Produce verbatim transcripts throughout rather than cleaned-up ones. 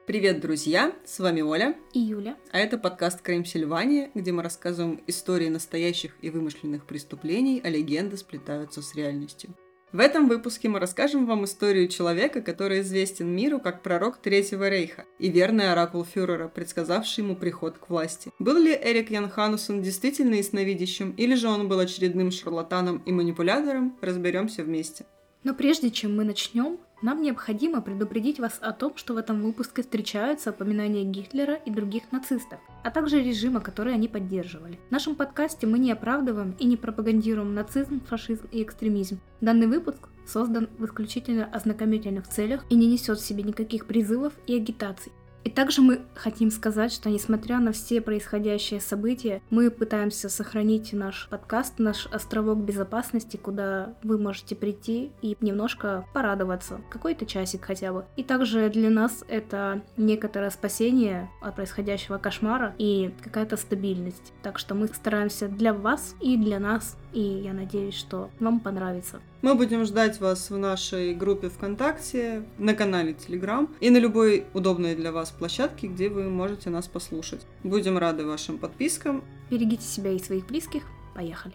Привет, друзья! С вами Оля и Юля. А это подкаст «Крайм Сильвания», где мы рассказываем истории настоящих и вымышленных преступлений, а легенды сплетаются с реальностью. В этом выпуске мы расскажем вам историю человека, который известен миру как пророк Третьего рейха и верный оракул фюрера, предсказавший ему приход к власти. Был ли Эрик Ян Ханнесен действительно ясновидящим, или же он был очередным шарлатаном и манипулятором, разберемся вместе. Но прежде чем мы начнем, нам необходимо предупредить вас о том, что в этом выпуске встречаются упоминания Гитлера и других нацистов, а также режима, который они поддерживали. В нашем подкасте мы не оправдываем и не пропагандируем нацизм, фашизм и экстремизм. Данный выпуск создан в исключительно ознакомительных целях и не несет в себе никаких призывов и агитаций. И также мы хотим сказать, что несмотря на все происходящие события, мы пытаемся сохранить наш подкаст, наш островок безопасности, куда вы можете прийти и немножко порадоваться, какой-то часик хотя бы. И также для нас это некоторое спасение от происходящего кошмара и какая-то стабильность. Так что мы стараемся для вас и для нас, и я надеюсь, что вам понравится. Мы будем ждать вас в нашей группе ВКонтакте, на канале Телеграм и на любой удобной для вас площадке, где вы можете нас послушать. Будем рады вашим подпискам. Берегите себя и своих близких. Поехали.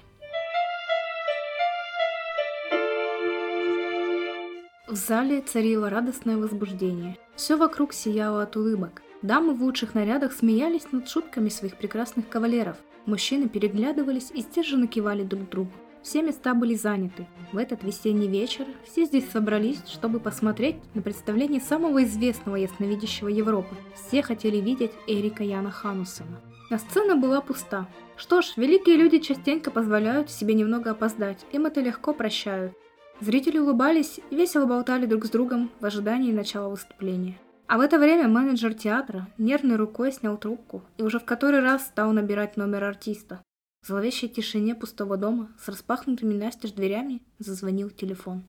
В зале царило радостное возбуждение. Все вокруг сияло от улыбок. Дамы в лучших нарядах смеялись над шутками своих прекрасных кавалеров. Мужчины переглядывались и сдержанно кивали друг другу. Все места были заняты. В этот весенний вечер все здесь собрались, чтобы посмотреть на представление самого известного ясновидящего Европы. Все хотели видеть Эрика Яна Ханнесена. Но сцена была пуста. Что ж, великие люди частенько позволяют себе немного опоздать, им это легко прощают. Зрители улыбались и весело болтали друг с другом в ожидании начала выступления. А в это время менеджер театра нервной рукой снял трубку и уже в который раз стал набирать номер артиста. В зловещей тишине пустого дома с распахнутыми настежь дверями зазвонил телефон.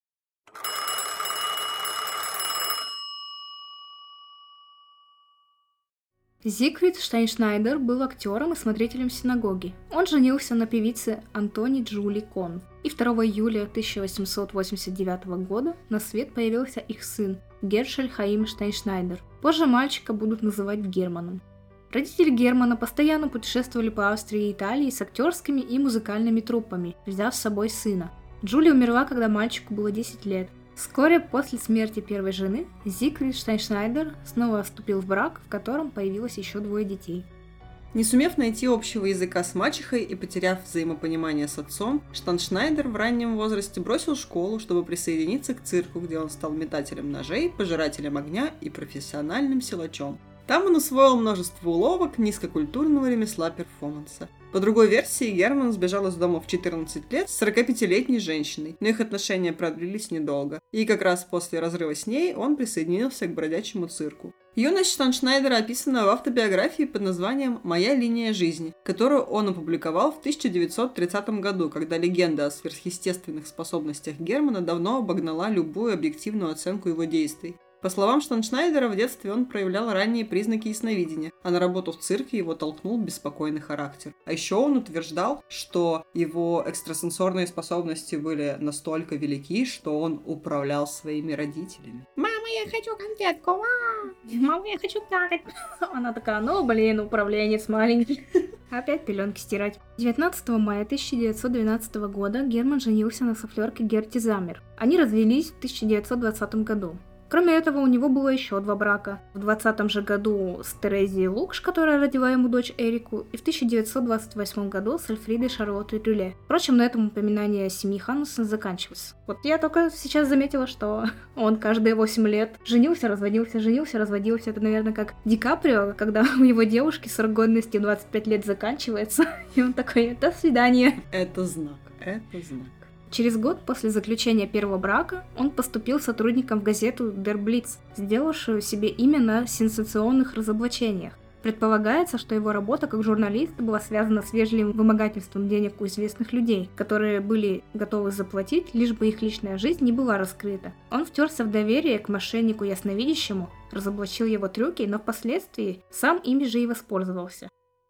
Зигфрид Штайншнайдер был актером и смотрителем синагоги. Он женился на певице Антони Джули Кон. И второго июля тысяча восемьсот восемьдесят девятого года на свет появился их сын Гершель Хаим Штайншнайдер. Позже мальчика будут называть Германом. Родители Германа постоянно путешествовали по Австрии и Италии с актерскими и музыкальными труппами, взяв с собой сына. Джули умерла, когда мальчику было десять лет. Вскоре после смерти первой жены Зигфрид Штайншнайдер снова вступил в брак, в котором появилось еще двое детей. Не сумев найти общего языка с мачехой и потеряв взаимопонимание с отцом, Штайншнайдер в раннем возрасте бросил школу, чтобы присоединиться к цирку, где он стал метателем ножей, пожирателем огня и профессиональным силачом. Там он усвоил множество уловок низкокультурного ремесла перформанса. По другой версии, Герман сбежал из дома в четырнадцать лет с сорокапятилетней женщиной, но их отношения продлились недолго. И как раз после разрыва с ней он присоединился к бродячему цирку. Юность Штайншнайдера описана в автобиографии под названием «Моя линия жизни», которую он опубликовал в тысяча девятьсот тридцатом году, когда легенда о сверхъестественных способностях Германа давно обогнала любую объективную оценку его действий. По словам Штайншнайдера, в детстве он проявлял ранние признаки ясновидения, а на работу в цирке его толкнул беспокойный характер. А еще он утверждал, что его экстрасенсорные способности были настолько велики, что он управлял своими родителями. «Мама, я хочу конфетку! Мама, я хочу какать!» Она такая: «Ну, блин, управленец маленький». Опять пеленки стирать. девятнадцатого мая тысяча девятьсот двенадцатого года Герман женился на суфлерке Герти Заммер. Они развелись в тысяча девятьсот двадцатом году. Кроме этого, у него было еще два брака. В двадцатом же году с Терезией Лукш, которая родила ему дочь Эрику, и в тысяча девятьсот двадцать восьмом году с Альфридой Шарлоттой Рюле. Впрочем, на этом упоминание семьи Ханнесен заканчивается. Вот я только сейчас заметила, что он каждые восемь лет женился, разводился, женился, разводился. Это, наверное, как Ди Каприо, когда у его девушки срок годности двадцать пять лет заканчивается, и он такой: «До свидания». Это знак, это знак. Через год после заключения первого брака он поступил сотрудником в газету Der Blitz, сделавшую себе имя на сенсационных разоблачениях. Предполагается, что его работа как журналист была связана с вежливым вымогательством денег у известных людей, которые были готовы заплатить, лишь бы их личная жизнь не была раскрыта. Он втерся в доверие к мошеннику ясновидящему, разоблачил его трюки, но впоследствии сам ими же и воспользовался.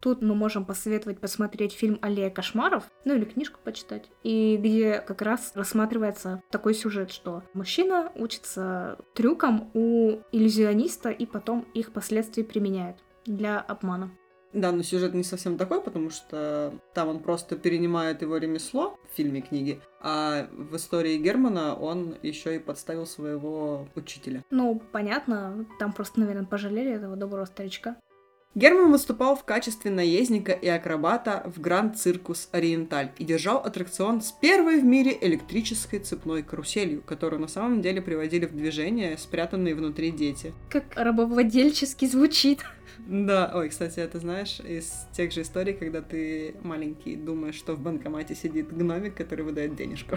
Тут мы можем посоветовать посмотреть фильм «Аллея кошмаров», ну или книжку почитать, и где как раз рассматривается такой сюжет, что мужчина учится трюкам у иллюзиониста и потом их впоследствии применяет для обмана. Да, но сюжет не совсем такой, потому что там он просто перенимает его ремесло в фильме книги, а в истории Германа он еще и подставил своего учителя. Ну, понятно, там просто, наверное, пожалели этого доброго старичка. Герман выступал в качестве наездника и акробата в Гранд Циркус Ориенталь и держал аттракцион с первой в мире электрической цепной каруселью, которую на самом деле приводили в движение спрятанные внутри дети. Как рабовладельчески звучит. Да, ой, кстати, это знаешь, из тех же историй, когда ты маленький думаешь, что в банкомате сидит гномик, который выдает денежку.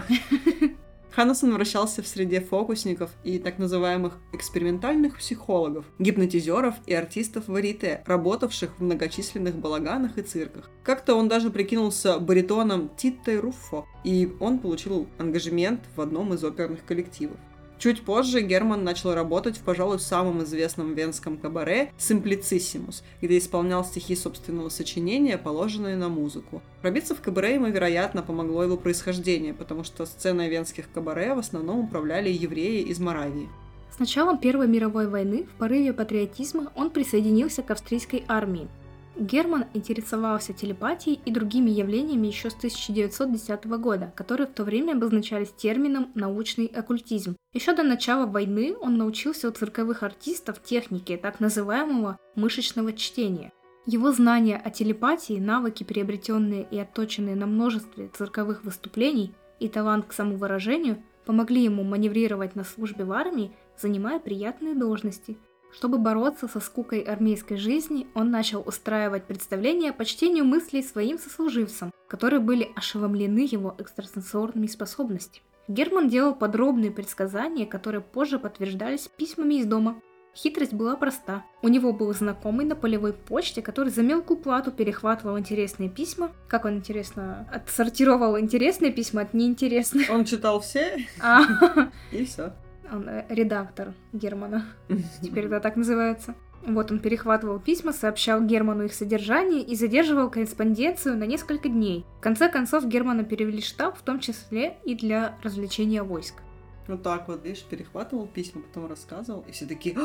Ханнесон вращался в среде фокусников и так называемых экспериментальных психологов, гипнотизеров и артистов варьете, работавших в многочисленных балаганах и цирках. Как-то он даже прикинулся баритоном Титто Руффо, и он получил ангажемент в одном из оперных коллективов. Чуть позже Герман начал работать в, пожалуй, самом известном венском кабаре «Симплициссимус», где исполнял стихи собственного сочинения, положенные на музыку. Пробиться в кабаре ему, вероятно, помогло его происхождение, потому что сценой венских кабаре в основном управляли евреи из Моравии. С началом Первой мировой войны в порыве патриотизма он присоединился к австрийской армии. Герман интересовался телепатией и другими явлениями еще с тысяча девятьсот десятого года, которые в то время обозначались термином «научный оккультизм». Еще до начала войны он научился у цирковых артистов технике так называемого мышечного чтения. Его знания о телепатии, навыки, приобретенные и отточенные на множестве цирковых выступлений, и талант к самовыражению помогли ему маневрировать на службе в армии, занимая приятные должности. Чтобы бороться со скукой армейской жизни, он начал устраивать представления по чтению мыслей своим сослуживцам, которые были ошеломлены его экстрасенсорными способностями. Герман делал подробные предсказания, которые позже подтверждались письмами из дома. Хитрость была проста. У него был знакомый на полевой почте, который за мелкую плату перехватывал интересные письма. Как он, интересно, отсортировал интересные письма от неинтересных? Он читал все, А. и все. Он э, редактор Германа, теперь это так называется. Вот он перехватывал письма, сообщал Герману их содержание и задерживал корреспонденцию на несколько дней. В конце концов Германа перевели в штаб, в том числе и для развлечения войск. Вот так вот, видишь, перехватывал письма, потом рассказывал, и все такие: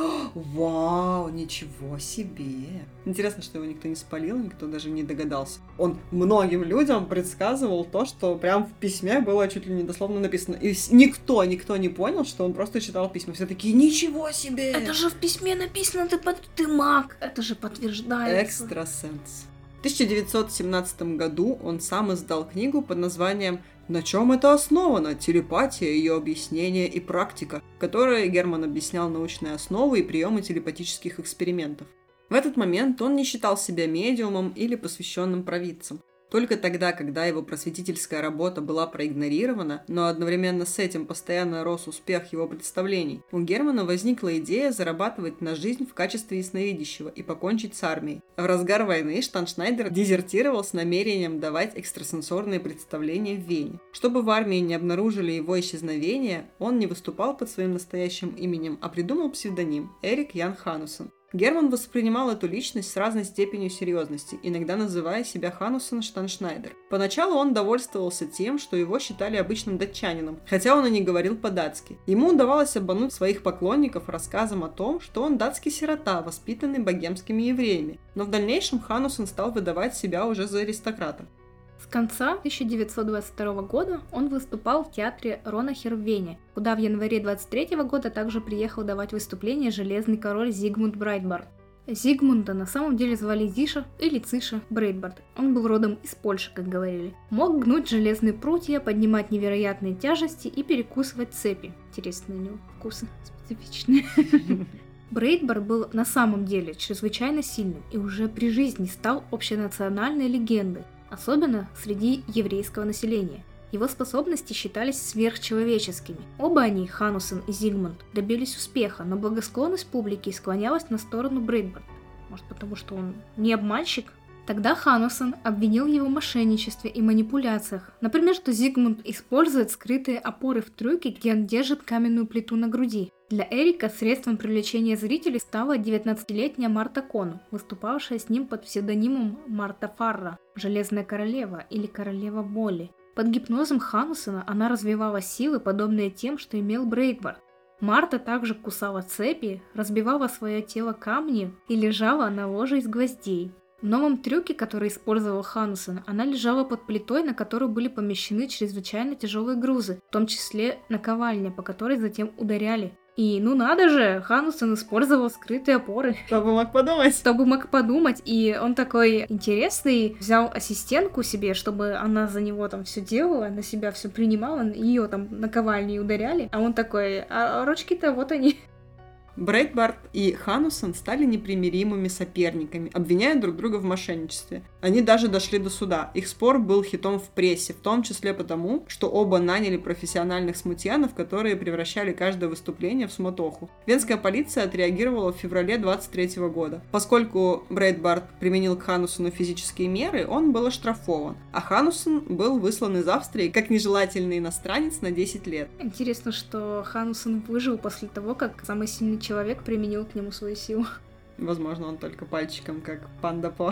вау, ничего себе. Интересно, что его никто не спалил, никто даже не догадался. Он многим людям предсказывал то, что прям в письме было чуть ли не дословно написано. И никто, никто не понял, что он просто читал письма. Все такие: ничего себе! Это же в письме написано, ты, под... ты маг, это же подтверждается. Экстрасенс. В тысяча девятьсот семнадцатом году он сам издал книгу под названием «На чем это основано? Телепатия, ее объяснение и практика», в которой Герман объяснял научные основы и приемы телепатических экспериментов. В этот момент он не считал себя медиумом или посвященным провидцем. Только тогда, когда его просветительская работа была проигнорирована, но одновременно с этим постоянно рос успех его представлений, у Германа возникла идея зарабатывать на жизнь в качестве ясновидящего и покончить с армией. В разгар войны Штаншнайдер дезертировал с намерением давать экстрасенсорные представления в Вене. Чтобы в армии не обнаружили его исчезновение, он не выступал под своим настоящим именем, а придумал псевдоним Эрик Ян Ханнесон. Герман воспринимал эту личность с разной степенью серьезности, иногда называя себя Ханнесон Штаншнайдер. Поначалу он довольствовался тем, что его считали обычным датчанином, хотя он и не говорил по-датски. Ему удавалось обмануть своих поклонников рассказом о том, что он датский сирота, воспитанный богемскими евреями, но в дальнейшем Ханнесон стал выдавать себя уже за аристократа. С конца тысяча девятьсот двадцать второго года он выступал в театре Ронахер в Вене, куда в январе двадцать третьего года также приехал давать выступление железный король Зигмунд Брайтбард. Зигмунда на самом деле звали Зиша или Циша Брайтбард. Он был родом из Польши, как говорили. Мог гнуть железные прутья, поднимать невероятные тяжести и перекусывать цепи. Интересные у него вкусы, специфичные. Брайтбард был на самом деле чрезвычайно сильным и уже при жизни стал общенациональной легендой, особенно среди еврейского населения. Его способности считались сверхчеловеческими. Оба они, Ханнесон и Зигмунд, добились успеха, но благосклонность публики склонялась на сторону Брайтбарда. Может, потому что он не обманщик? Тогда Хануссон обвинил его в мошенничестве и манипуляциях. Например, что Зигмунд использует скрытые опоры в трюке, где он держит каменную плиту на груди. Для Эрика средством привлечения зрителей стала девятнадцатилетняя Марта Кону, выступавшая с ним под псевдонимом Марта Фарра, Железная королева или Королева боли. Под гипнозом Хануссона она развивала силы, подобные тем, что имел Брейдбарт. Марта также кусала цепи, разбивала свое тело камни и лежала на ложе из гвоздей. В новом трюке, который использовал Хануссон, она лежала под плитой, на которую были помещены чрезвычайно тяжелые грузы, в том числе наковальня, по которой затем ударяли. И ну надо же, Хануссон использовал скрытые опоры. Кто бы мог подумать? Кто бы мог подумать. И он такой интересный, взял ассистентку себе, чтобы она за него там все делала, на себя все принимала, ее там наковальней ударяли. А он такой, а ручки-то вот они. Брейдбарт и Хануссон стали непримиримыми соперниками, обвиняя друг друга в мошенничестве. Они даже дошли до суда. Их спор был хитом в прессе, в том числе потому, что оба наняли профессиональных смутьянов, которые превращали каждое выступление в суматоху. Венская полиция отреагировала в феврале двадцать третьего года. Поскольку Брейдбарт применил к Хануссону физические меры, он был оштрафован, а Хануссон был выслан из Австрии как нежелательный иностранец на десять лет. Интересно, что Хануссон выжил после того, как самый сильный человек применил к нему свою силу. Возможно, он только пальчиком, как панда По,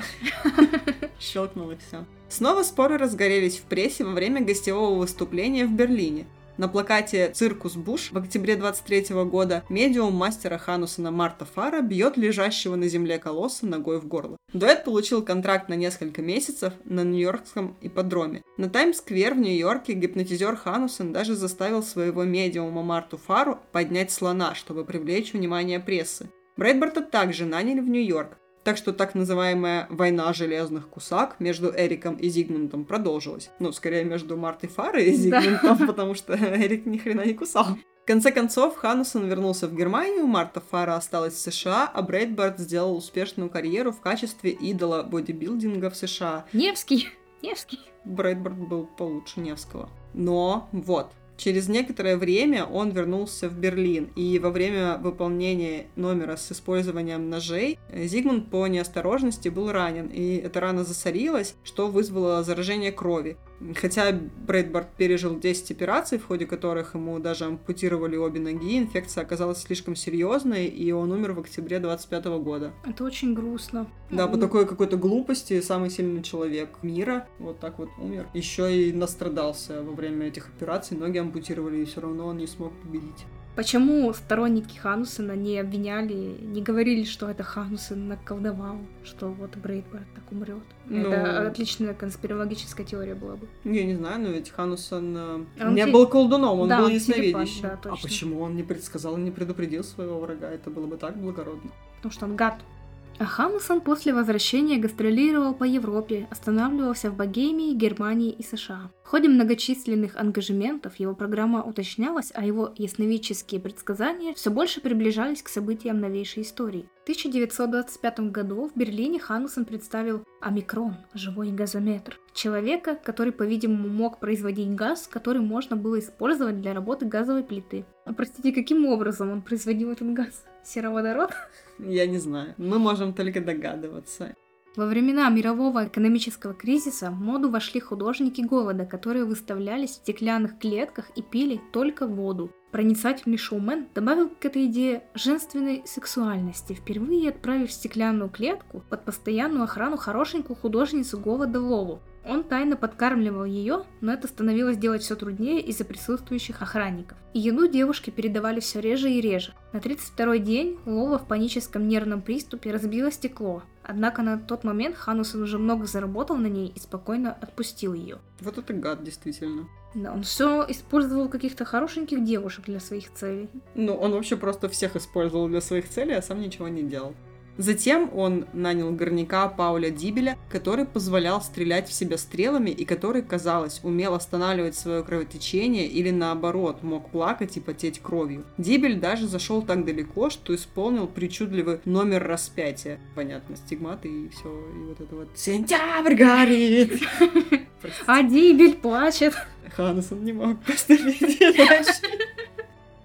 щелкнул и все. Снова споры разгорелись в прессе во время гостевого выступления в Берлине. На плакате «Циркус Буш» в октябре двадцать третьего года медиум мастера Хануссона Марта Фарра бьет лежащего на земле колосса ногой в горло. Дуэт получил контракт на несколько месяцев на Нью-Йоркском ипподроме. На Таймс-сквер в Нью-Йорке гипнотизер Хануссон даже заставил своего медиума Марту Фарру поднять слона, чтобы привлечь внимание прессы. Брейдбарта также наняли в Нью-Йорк. Так что так называемая «война железных кусак» между Эриком и Зигмундом продолжилась. Ну, скорее, между Мартой Фаррой и Зигмундом, да. Потому что Эрик ни хрена не кусал. В конце концов, Хануссон вернулся в Германию, Марта Фарра осталась в США, а Брейдбарт сделал успешную карьеру в качестве идола бодибилдинга в США. Невский, Невский. Брейдбарт был получше Невского. Но вот... Через некоторое время он вернулся в Берлин, и во время выполнения номера с использованием ножей Зигмунд по неосторожности был ранен, и эта рана засорилась, что вызвало заражение крови. Хотя Брейдбарт пережил десять операций, в ходе которых ему даже ампутировали обе ноги, инфекция оказалась слишком серьезной, и он умер в октябре двадцать пятого года. Это очень грустно. Да, по такой какой-то глупости самый сильный человек мира вот так вот умер. Еще и настрадался во время этих операций, ноги ампутировали, и все равно он не смог победить. Почему сторонники Хануссона не обвиняли, не говорили, что это Хануссон наколдовал, что вот Брейдбарт так умрет? Ну, это отличная конспирологическая теория была бы. Я не знаю, но ведь Хануссон он не те... был колдуном, он да, был он ясновидящим. Телепат, да, а почему он не предсказал и не предупредил своего врага? Это было бы так благородно. Потому что он гад. А Хануссон после возвращения гастролировал по Европе, останавливался в Богемии, Германии и США. В ходе многочисленных ангажементов его программа уточнялась, а его ясновидческие предсказания все больше приближались к событиям новейшей истории. В тысяча девятьсот двадцать пятом году в Берлине Хануссон представил омикрон, живой газометр, человека, который, по-видимому, мог производить газ, который можно было использовать для работы газовой плиты. А простите, каким образом он производил этот газ? Сероводород? Я не знаю. Мы можем только догадываться. Во времена мирового экономического кризиса в моду вошли художники голода, которые выставлялись в стеклянных клетках и пили только воду. Проницательный шоумен добавил к этой идее женственной сексуальности, впервые отправив в стеклянную клетку под постоянную охрану хорошенькую художницу голода Лолу. Он тайно подкармливал ее, но это становилось делать все труднее из-за присутствующих охранников. И еду девушки передавали все реже и реже. На тридцать второй день Лола в паническом нервном приступе разбила стекло. Однако на тот момент Хануссон уже много заработал на ней и спокойно отпустил ее. Вот это гад, действительно. Да, он все использовал каких-то хорошеньких девушек для своих целей. Ну, он вообще просто всех использовал для своих целей, а сам ничего не делал. Затем он нанял горняка Пауля Дибеля, который позволял стрелять в себя стрелами и который, казалось, умел останавливать свое кровотечение или наоборот мог плакать и потеть кровью. Дибель даже зашел так далеко, что исполнил причудливый номер распятия. Понятно, стигматы и все, и вот это вот «Сентябрь горит!» А Дибель плачет. Хануссон не мог просто видеть дальше.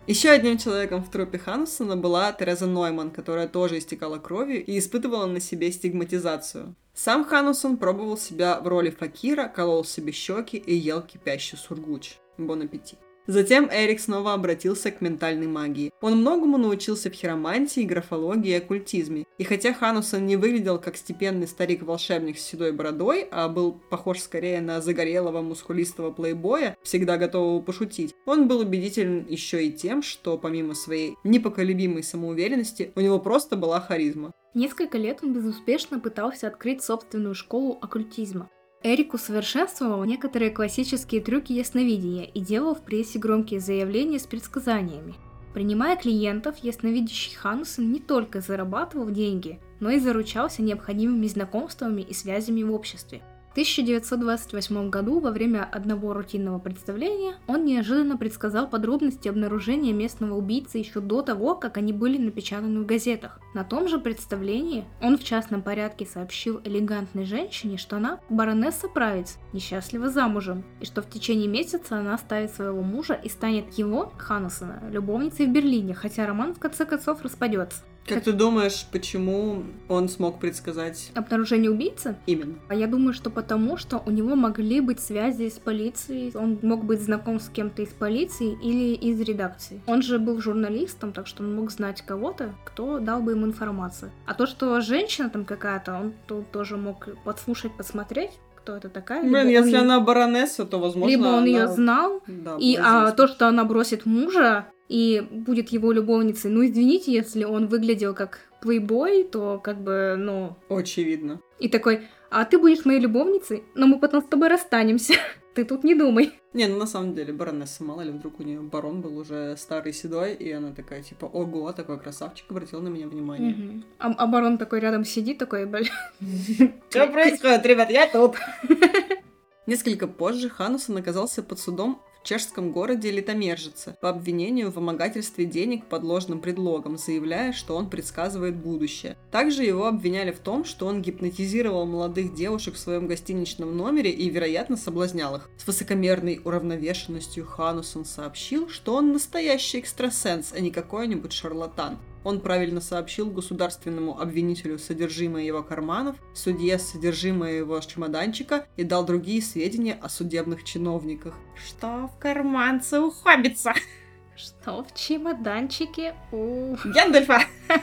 Еще одним человеком в труппе Ханусона была Тереза Нойман, которая тоже истекала кровью и испытывала на себе стигматизацию. Сам Ханусон пробовал себя в роли факира, колол себе щеки и ел кипящий сургуч. Бон аппетит. Затем Эрик снова обратился к ментальной магии. Он многому научился в хиромантии, графологии и оккультизме. И хотя Ханусон не выглядел как степенный старик-волшебник с седой бородой, а был похож скорее на загорелого мускулистого плейбоя, всегда готового пошутить, он был убедителен еще и тем, что помимо своей непоколебимой самоуверенности, у него просто была харизма. Несколько лет он безуспешно пытался открыть собственную школу оккультизма. Эрик усовершенствовал некоторые классические трюки ясновидения и делал в прессе громкие заявления с предсказаниями. Принимая клиентов, ясновидящий Ханусон не только зарабатывал деньги, но и заручался необходимыми знакомствами и связями в обществе. В тысяча девятьсот двадцать восьмом году во время одного рутинного представления он неожиданно предсказал подробности обнаружения местного убийцы еще до того, как они были напечатаны в газетах. На том же представлении он в частном порядке сообщил элегантной женщине, что она баронесса Прайц, несчастливо замужем, и что в течение месяца она оставит своего мужа и станет его, Ханусона, любовницей в Берлине, хотя роман в конце концов распадется. Как, как ты думаешь, почему он смог предсказать обнаружение убийцы? Именно. А я думаю, что потому, что у него могли быть связи с полицией, он мог быть знаком с кем-то из полиции или из редакции. Он же был журналистом, так что он мог знать кого-то, кто дал бы ему информацию. А то, что женщина там какая-то, он тут тоже мог подслушать, посмотреть, кто это такая. Блин, если он... она баронесса, то, возможно, либо он она... ее знал, да, и а, то, что она бросит мужа и будет его любовницей, ну, извините, если он выглядел как плейбой, то как бы, ну... Очевидно. И такой, а ты будешь моей любовницей, но мы потом с тобой расстанемся. Ты тут не думай. Не, ну на самом деле, баронесса, мало ли, вдруг у нее барон был уже старый, седой, и она такая, типа, ого, такой красавчик, обратил на меня внимание. Угу. А, а барон такой рядом сидит, такой, блин. Что происходит, ребят, я тут. Несколько позже Ханусон оказался под судом в чешском городе Литомержице по обвинению в вымогательстве денег под ложным предлогом, заявляя, что он предсказывает будущее. Также его обвиняли в том, что он гипнотизировал молодых девушек в своем гостиничном номере и, вероятно, соблазнял их. С высокомерной уравновешенностью Ханусон сообщил, что он настоящий экстрасенс, а не какой-нибудь шарлатан. Он правильно сообщил государственному обвинителю содержимое его карманов, судье содержимое его чемоданчика и дал другие сведения о судебных чиновниках. Что в карманце у хоббица? Что в чемоданчике у... Гэндальфа!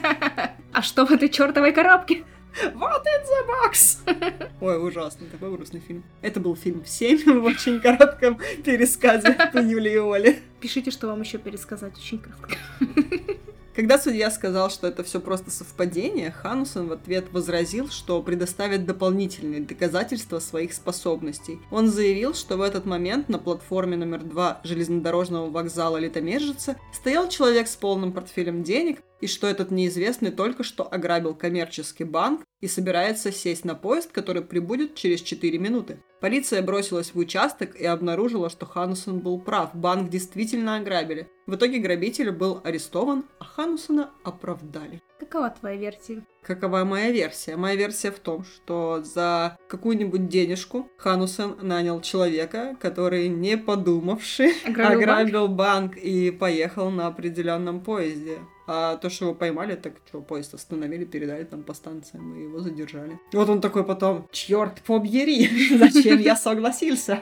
А что в этой чертовой коробке? What in the box? Ой, ужасно, такой грустный фильм. Это был фильм семь в очень коротком пересказе по Юлии и Оле. Пишите, что вам еще пересказать, очень коротко. Когда судья сказал, что это все просто совпадение, Ханусон в ответ возразил, что предоставит дополнительные доказательства своих способностей. Он заявил, что в этот момент на платформе номер два железнодорожного вокзала Литомержице стоял человек с полным портфелем денег, и что этот неизвестный только что ограбил коммерческий банк и собирается сесть на поезд, который прибудет через четыре минуты. Полиция бросилась в участок и обнаружила, что Ханусон был прав, банк действительно ограбили. В итоге грабитель был арестован, а Ханусона оправдали. Какова твоя версия? Какова моя версия? Моя версия в том, что за какую-нибудь денежку Ханусон нанял человека, который, не подумавши, ограбил, ограбил банк? банк и поехал на определенном поезде. А то, что его поймали, так что, поезд остановили, передали там по станциям и его задержали. И вот он такой потом, черт побери, зачем я согласился?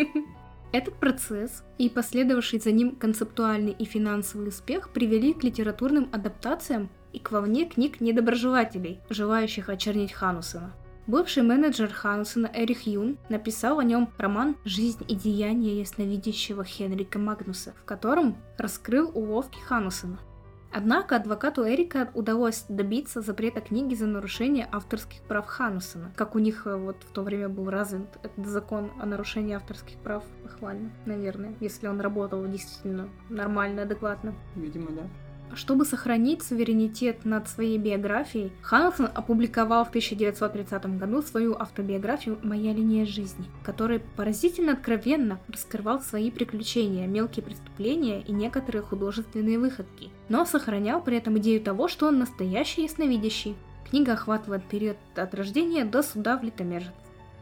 Этот процесс и последовавший за ним концептуальный и финансовый успех привели к литературным адаптациям и к волне книг недоброжелателей, желающих очернить Ханусона. Бывший менеджер Ханусона Эрих Юн написал о нем роман «Жизнь и деяния ясновидящего Хенрика Магнуса», в котором раскрыл уловки Ханусона. Однако адвокату Эрика удалось добиться запрета книги за нарушение авторских прав Ханусона. Как у них вот в то время был развит этот закон о нарушении авторских прав, похвально, наверное, если он работал действительно нормально, адекватно. Видимо, да. Чтобы сохранить суверенитет над своей биографией, Ханусон опубликовал в тысяча девятьсот тридцатом году свою автобиографию «Моя линия жизни», которая поразительно откровенно раскрывал свои приключения, мелкие преступления и некоторые художественные выходки, но сохранял при этом идею того, что он настоящий ясновидящий. Книга охватывает период от рождения до суда в Литомержице.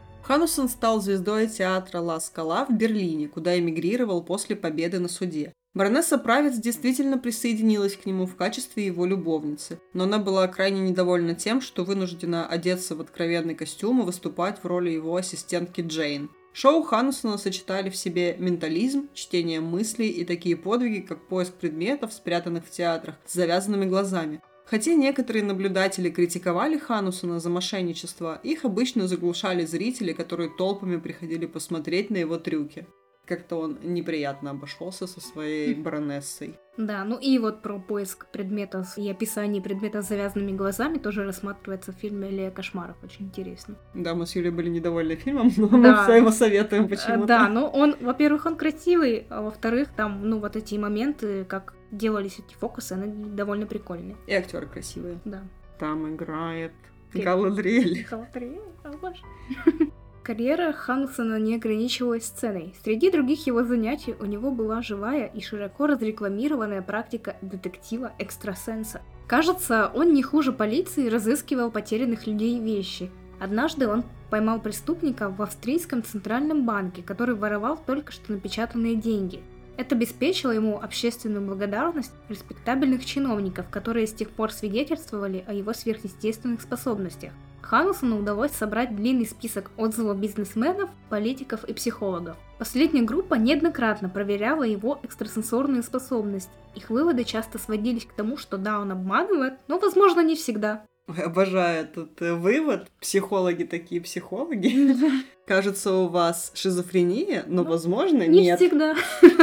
Ханусон стал звездой театра «Ла Скала» в Берлине, куда эмигрировал после победы на суде. Баронесса Правец действительно присоединилась к нему в качестве его любовницы, но она была крайне недовольна тем, что вынуждена одеться в откровенный костюм и выступать в роли его ассистентки Джейн. Шоу Ханнусона сочетали в себе ментализм, чтение мыслей и такие подвиги, как поиск предметов, спрятанных в театрах, с завязанными глазами. Хотя некоторые наблюдатели критиковали Ханнусона за мошенничество, их обычно заглушали зрители, которые толпами приходили посмотреть на его трюки. Как-то он неприятно обошелся со своей баронессой. Да, ну и вот про поиск предметов и описание предметов с завязанными глазами тоже рассматривается в фильме «Аллея кошмаров». Очень интересно. Да, мы с Юлей были недовольны фильмом, но да. мы все его советуем почему-то. Да, но он, во-первых, он красивый, а во-вторых, там, ну, вот эти моменты, как делались эти фокусы, они довольно прикольные. И актеры красивые. Да. Там играет Галадриэль. Галадриэль, о боже. Карьера Ханнусона не ограничивалась сценой. Среди других его занятий у него была живая и широко разрекламированная практика детектива-экстрасенса. Кажется, он не хуже полиции разыскивал потерянных людей и вещи. Однажды он поймал преступника в австрийском центральном банке, который воровал только что напечатанные деньги. Это обеспечило ему общественную благодарность респектабельных чиновников, которые с тех пор свидетельствовали о его сверхъестественных способностях. Ханнусону удалось собрать длинный список отзывов бизнесменов, политиков и психологов. Последняя группа неоднократно проверяла его экстрасенсорные способности. Их выводы часто сводились к тому, что да, он обманывает, но, возможно, не всегда. Обожаю этот э, вывод. Психологи такие психологи. Кажется, у вас шизофрения, но, возможно, не нет. Не всегда.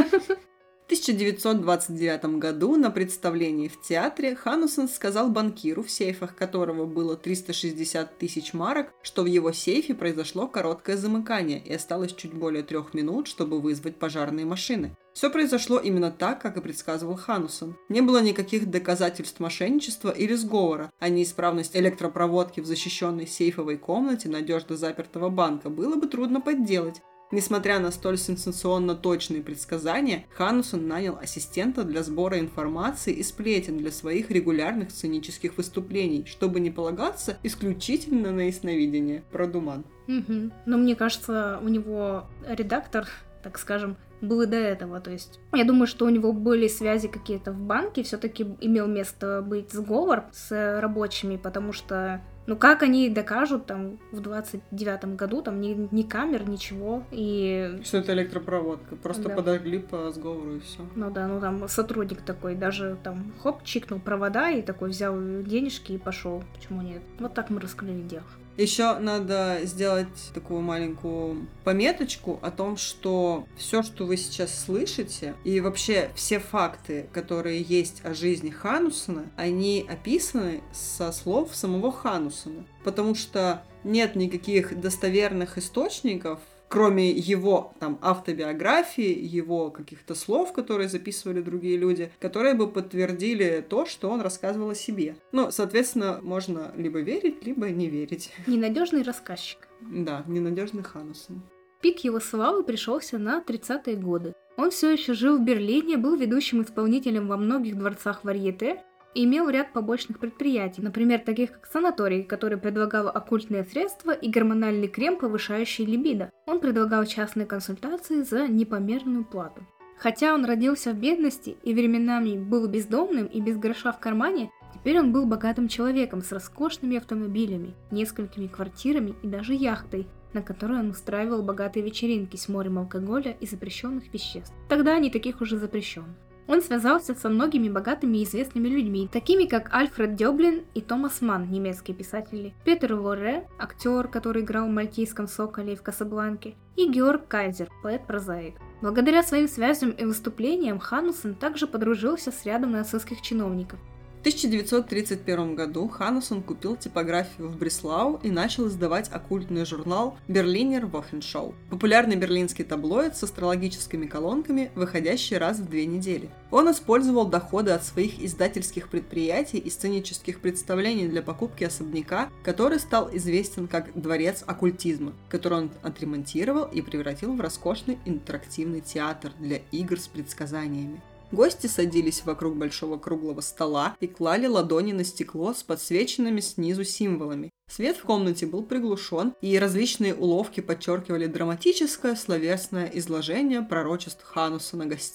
В тысяча девятьсот двадцать девятом году на представлении в театре Ханнусон сказал банкиру, в сейфах которого было триста шестьдесят тысяч марок, что в его сейфе произошло короткое замыкание и осталось чуть более трех минут, чтобы вызвать пожарные машины. Все произошло именно так, как и предсказывал Ханнусон. Не было никаких доказательств мошенничества или сговора, а неисправность электропроводки в защищенной сейфовой комнате надежно запертого банка было бы трудно подделать. Несмотря на столь сенсационно точные предсказания, Ханнусон нанял ассистента для сбора информации и сплетен для своих регулярных сценических выступлений, чтобы не полагаться исключительно на ясновидение. Продуман. Угу. Но мне кажется, у него редактор, так скажем, был и до этого. То есть я думаю, что у него были связи какие-то в банке, все-таки имел место быть сговор с рабочими, потому что ну как они докажут там в двадцать девятом году, там ни, ни камер, ничего, и... Что это электропроводка, просто да. подожгли по сговору и все. Ну да, ну там сотрудник такой, даже там хоп, чикнул провода и такой взял денежки и пошел. Почему нет? Вот так мы раскрыли дело. Еще надо сделать такую маленькую пометочку о том, что все, что вы сейчас слышите, и вообще все факты, которые есть о жизни Ханнусона, они описаны со слов самого Ханнусона, потому что нет никаких достоверных источников, кроме его там автобиографии, его каких-то слов, которые записывали другие люди, которые бы подтвердили то, что он рассказывал о себе. Ну, соответственно, можно либо верить, либо не верить. Ненадежный рассказчик. Да, ненадежный Ханнусон. Пик его славы пришелся на тридцатые годы. Он все еще жил в Берлине, был ведущим исполнителем во многих дворцах варьете, и имел ряд побочных предприятий, например, таких как санаторий, который предлагал оккультные средства и гормональный крем, повышающий либидо. Он предлагал частные консультации за непомерную плату. Хотя он родился в бедности и временами был бездомным и без гроша в кармане, теперь он был богатым человеком с роскошными автомобилями, несколькими квартирами и даже яхтой, на которой он устраивал богатые вечеринки с морем алкоголя и запрещенных веществ. Тогда не таких уже запрещенных. Он связался со многими богатыми и известными людьми, такими как Альфред Дёблин и Томас Манн, немецкие писатели, Петер Лоре, актер, который играл в «Мальтийском соколе» и в «Касабланке», и Георг Кайзер, поэт-прозаик. Благодаря своим связям и выступлениям Ханнусон также подружился с рядом нацистских чиновников. В тысяча девятьсот тридцать первом году Ханнусон купил типографию в Бреслау и начал издавать оккультный журнал «Берлинер Wochenschau», популярный берлинский таблоид с астрологическими колонками, выходящий раз в две недели. Он использовал доходы от своих издательских предприятий и сценических представлений для покупки особняка, который стал известен как «Дворец оккультизма», который он отремонтировал и превратил в роскошный интерактивный театр для игр с предсказаниями. Гости садились вокруг большого круглого стола и клали ладони на стекло с подсвеченными снизу символами. Свет в комнате был приглушен, и различные уловки подчеркивали драматическое словесное изложение пророчеств Ханнусона гостям.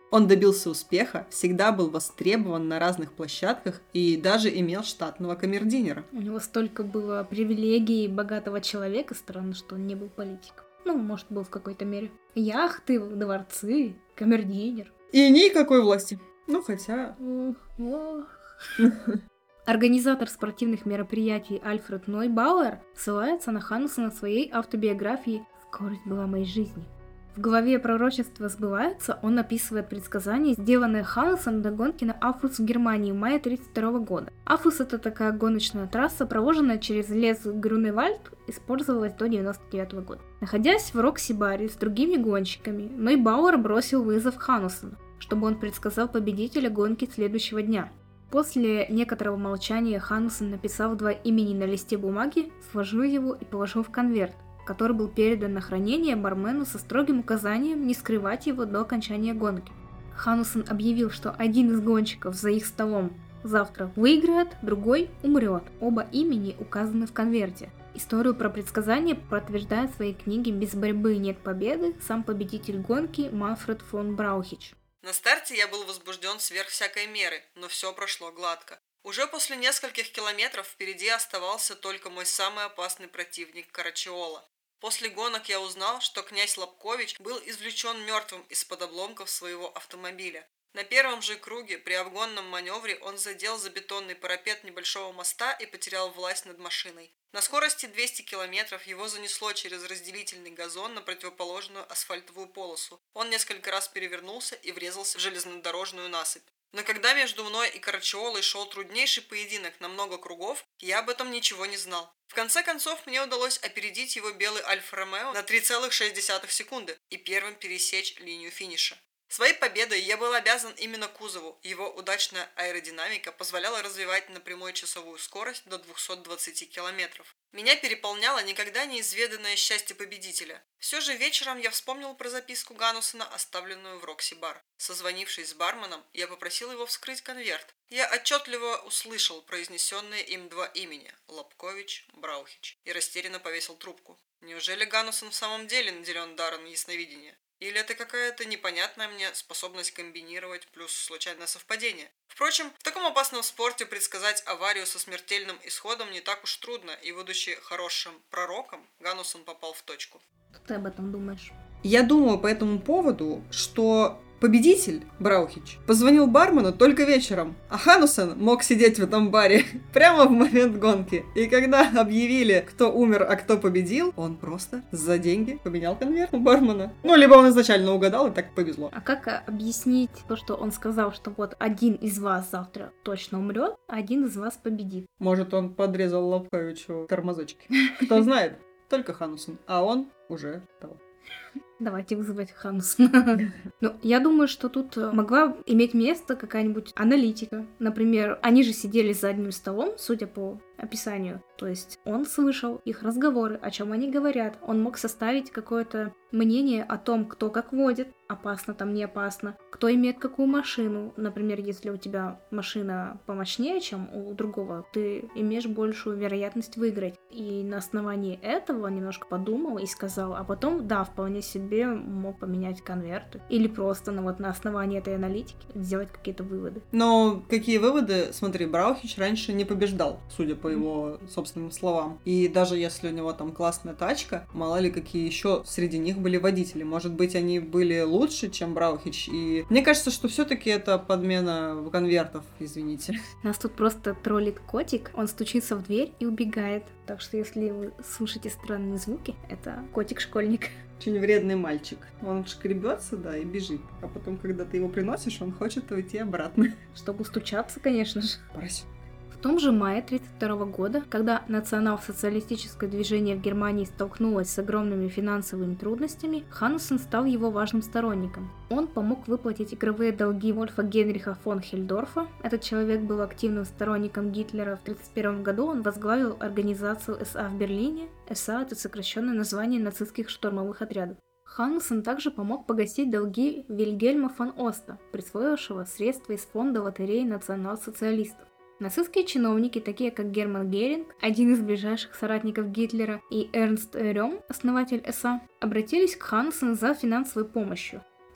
Он добился успеха, всегда был востребован на разных площадках и даже имел штатного камердинера. У него столько было привилегий богатого человека, странно, что он не был политиком. Ну, может, был в какой-то мере. Яхты, дворцы, камердинер. И никакой власти. Ну, хотя... Организатор спортивных мероприятий Альфред Нойбауэр ссылается на Ханнесена в своей автобиографии «Скорость была моей жизни». В главе «Пророчество сбывается» он описывает предсказания, сделанные Ханнесеном до гонки на Афус в Германии в мае тысяча девятьсот тридцать второго года. Афус — это такая гоночная трасса, проложенная через лес Грюневальд, использовалась до девяносто девятого года. Находясь в Рокси-баре с другими гонщиками, Нойбауэр бросил вызов Ханнесену, чтобы он предсказал победителя гонки следующего дня. После некоторого молчания Ханнесен написал два имени на листе бумаги, сложил его и положил в конверт, который был передан на хранение бармену со строгим указанием не скрывать его до окончания гонки. Ханнесен объявил, что один из гонщиков за их столом завтра выиграет, другой умрет. Оба имени указаны в конверте. Историю про предсказание подтверждает в своей книге «Без борьбы нет победы» сам победитель гонки Манфред фон Браухич. На старте я был возбужден сверх всякой меры, но все прошло гладко. Уже после нескольких километров впереди оставался только мой самый опасный противник Карачиола. После гонок я узнал, что князь Лобкович был извлечен мертвым из-под обломков своего автомобиля. На первом же круге при обгонном маневре он задел за бетонный парапет небольшого моста и потерял власть над машиной. На скорости двести километров его занесло через разделительный газон на противоположную асфальтовую полосу. Он несколько раз перевернулся и врезался в железнодорожную насыпь. Но когда между мной и Карачиолой шел труднейший поединок на много кругов, я об этом ничего не знал. В конце концов, мне удалось опередить его белый Альфа-Ромео на три целых шесть десятых секунды и первым пересечь линию финиша. Своей победой я был обязан именно кузову. Его удачная аэродинамика позволяла развивать на прямой часовую скорость до двухсот двадцати километров. Меня переполняло никогда неизведанное счастье победителя. Все же вечером я вспомнил про записку Ганнусена, оставленную в Рокси-бар. Созвонившись с барменом, я попросил его вскрыть конверт. Я отчетливо услышал произнесенные им два имени – Лобкович, Браухич, и растерянно повесил трубку. Неужели Ганнусен в самом деле наделен даром ясновидения? Или это какая-то непонятная мне способность комбинировать плюс случайное совпадение? Впрочем, в таком опасном спорте предсказать аварию со смертельным исходом не так уж трудно, и, будучи хорошим пророком, Ганнусен попал в точку. Что ты об этом думаешь? Я думаю по этому поводу, что победитель, Браухич, позвонил бармену только вечером, а Ханнесен мог сидеть в этом баре прямо в момент гонки. И когда объявили, кто умер, а кто победил, он просто за деньги поменял конверт у бармена. Ну, либо он изначально угадал, и так повезло. А как объяснить то, что он сказал, что вот один из вас завтра точно умрет, а один из вас победит? Может, он подрезал Лобковичу тормозочки. Кто знает, только Ханнесен, а он уже того. Давайте вызывать Ханнесена. Ну, я думаю, что тут могла иметь место какая-нибудь аналитика. Например, они же сидели за одним столом, судя по описанию. То есть он слышал их разговоры, о чем они говорят. Он мог составить какое-то мнение о том, кто как водит, опасно там, не опасно, кто имеет какую машину. Например, если у тебя машина помощнее, чем у другого, ты имеешь большую вероятность выиграть. И на основании этого немножко подумал и сказал, а потом, да, вполне себе мог поменять конверты. Или просто ну, вот на основании этой аналитики сделать какие-то выводы. Но какие выводы? Смотри, Браухич раньше не побеждал, судя по его собственным словам. И даже если у него там классная тачка, мало ли какие еще среди них были водители. Может быть, они были лучше, чем Браухич. И мне кажется, что все-таки это подмена конвертов, извините. Нас тут просто троллит котик, он стучится в дверь и убегает. Так что если вы слышите странные звуки, это котик-школьник. Очень вредный мальчик. Он шкребется, да, и бежит. А потом, когда ты его приносишь, он хочет уйти обратно. Чтобы стучаться, конечно же. Поросенок. В том же мае тысяча девятьсот тридцать второго года, когда национал-социалистическое движение в Германии столкнулось с огромными финансовыми трудностями, Ханнесен стал его важным сторонником. Он помог выплатить игровые долги Вольфа Генриха фон Хельдорфа. Этот человек был активным сторонником Гитлера. В тысяча девятьсот тридцать первом году он возглавил организацию эс а в Берлине. эс а – это сокращенное название нацистских штурмовых отрядов. Ханнесен также помог погасить долги Вильгельма фон Оста, присвоившего средства из фонда лотереи национал-социалистов. Нацистские чиновники, такие как Герман Геринг, один из ближайших соратников Гитлера, и Эрнст Рём, основатель эс а, обратились к Ханнесену за финансовой помощью.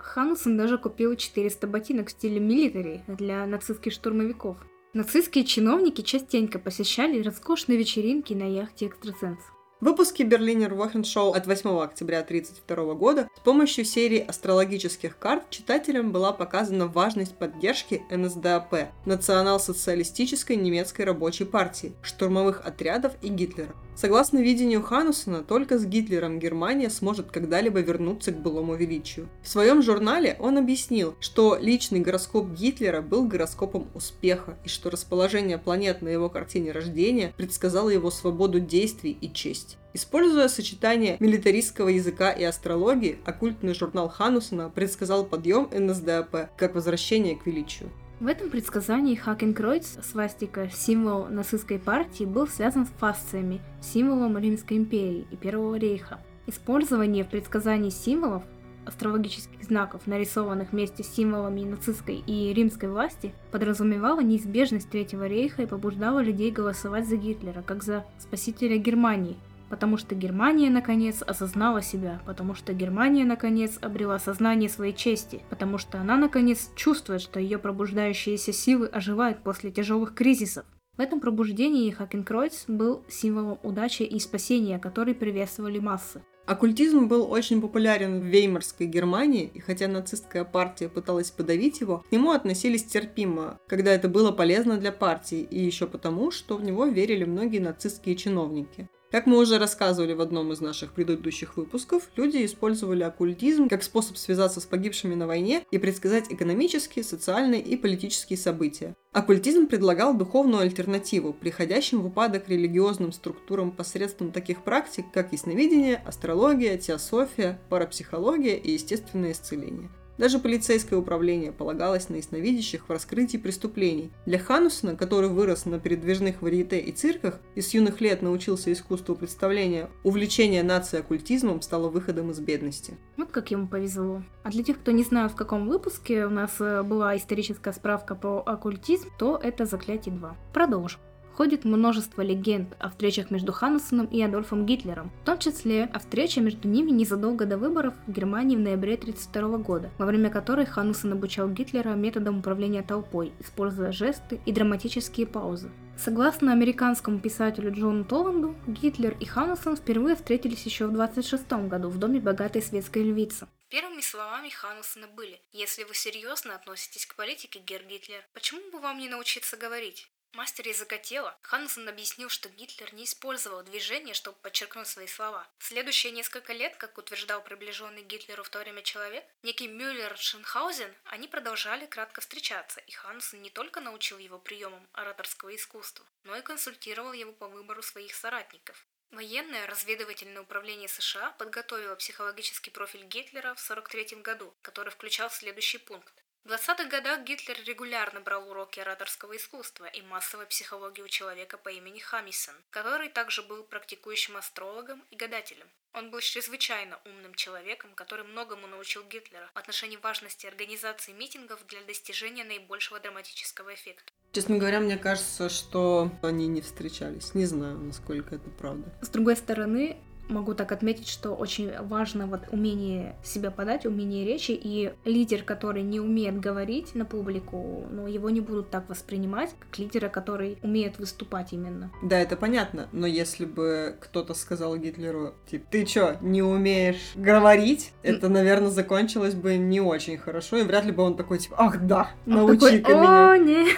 Ханнусон даже купил четыреста ботинок в стиле милитари для нацистских штурмовиков. Нацистские чиновники частенько посещали роскошные вечеринки на яхте «Экстрасенс». В выпуске Berliner Wochenschau от восьмого октября тысяча девятьсот тридцать второго года с помощью серии астрологических карт читателям была показана важность поддержки эн эс дэ а пэ, национал-социалистической немецкой рабочей партии, штурмовых отрядов и Гитлера. Согласно видению Ханнусона, только с Гитлером Германия сможет когда-либо вернуться к былому величию. В своем журнале он объяснил, что личный гороскоп Гитлера был гороскопом успеха и что расположение планет на его картине рождения предсказало его свободу действий и честь. Используя сочетание милитаристского языка и астрологии, оккультный журнал Ханнусона предсказал подъем эн эс дэ а пэ как возвращение к величию. В этом предсказании Хакенкройц, свастика, символ нацистской партии, был связан с фасциями, символом Римской империи и Первого рейха. Использование в предсказании символов, астрологических знаков, нарисованных вместе с символами нацистской и римской власти, подразумевало неизбежность Третьего рейха и побуждало людей голосовать за Гитлера, как за спасителя Германии. Потому что Германия, наконец, осознала себя, потому что Германия, наконец, обрела сознание своей чести, потому что она, наконец, чувствует, что ее пробуждающиеся силы оживают после тяжелых кризисов. В этом пробуждении Хакенкройц был символом удачи и спасения, который приветствовали массы. Оккультизм был очень популярен в Веймарской Германии, и хотя нацистская партия пыталась подавить его, к нему относились терпимо, когда это было полезно для партии, и еще потому, что в него верили многие нацистские чиновники. Как мы уже рассказывали в одном из наших предыдущих выпусков, люди использовали оккультизм как способ связаться с погибшими на войне и предсказать экономические, социальные и политические события. Оккультизм предлагал духовную альтернативу, приходящим в упадок религиозным структурам посредством таких практик, как ясновидение, астрология, теософия, парапсихология и естественное исцеление. Даже полицейское управление полагалось на ясновидящих в раскрытии преступлений. Для Ханнусона, который вырос на передвижных варьете и цирках и с юных лет научился искусству представления, увлечение нацией оккультизмом стало выходом из бедности. Вот как ему повезло. А для тех, кто не знает, в каком выпуске у нас была историческая справка про оккультизм, то это «Заклятие два». Продолжим. Ходит множество легенд о встречах между Ханнусоном и Адольфом Гитлером, в том числе о встрече между ними незадолго до выборов в Германии в ноябре тысяча девятьсот тридцать второго года, во время которой Ханнусон обучал Гитлера методам управления толпой, используя жесты и драматические паузы. Согласно американскому писателю Джону Толланду, Гитлер и Ханнусон впервые встретились еще в двадцать шестом году в доме богатой светской львицы. Первыми словами Ханнусона были: «Если вы серьезно относитесь к политике, герр Гитлер, почему бы вам не научиться говорить?» Мастер языка тела, Ханнусон объяснил, что Гитлер не использовал движение, чтобы подчеркнуть свои слова. В следующие несколько лет, как утверждал приближенный Гитлеру в то время человек, некий Мюллер-Шенхаузен, они продолжали кратко встречаться, и Ханнусон не только научил его приемам ораторского искусства, но и консультировал его по выбору своих соратников. Военное разведывательное управление США подготовило психологический профиль Гитлера в сорок третьем году, который включал следующий пункт. В двадцатых годах Гитлер регулярно брал уроки ораторского искусства и массовой психологии у человека по имени Хамисон, который также был практикующим астрологом и гадателем. Он был чрезвычайно умным человеком, который многому научил Гитлера в отношении важности организации митингов для достижения наибольшего драматического эффекта. Честно говоря, мне кажется, что они не встречались. Не знаю, насколько это правда. С другой стороны, могу так отметить, что очень важно вот умение себя подать, умение речи, и лидер, который не умеет говорить на публику, ну, его не будут так воспринимать, как лидера, который умеет выступать именно. Да, это понятно, но если бы кто-то сказал Гитлеру, типа, ты чё, не умеешь говорить, это, наверное, закончилось бы не очень хорошо, и вряд ли бы он такой, типа, ах да, научи-ка меня. О, нет.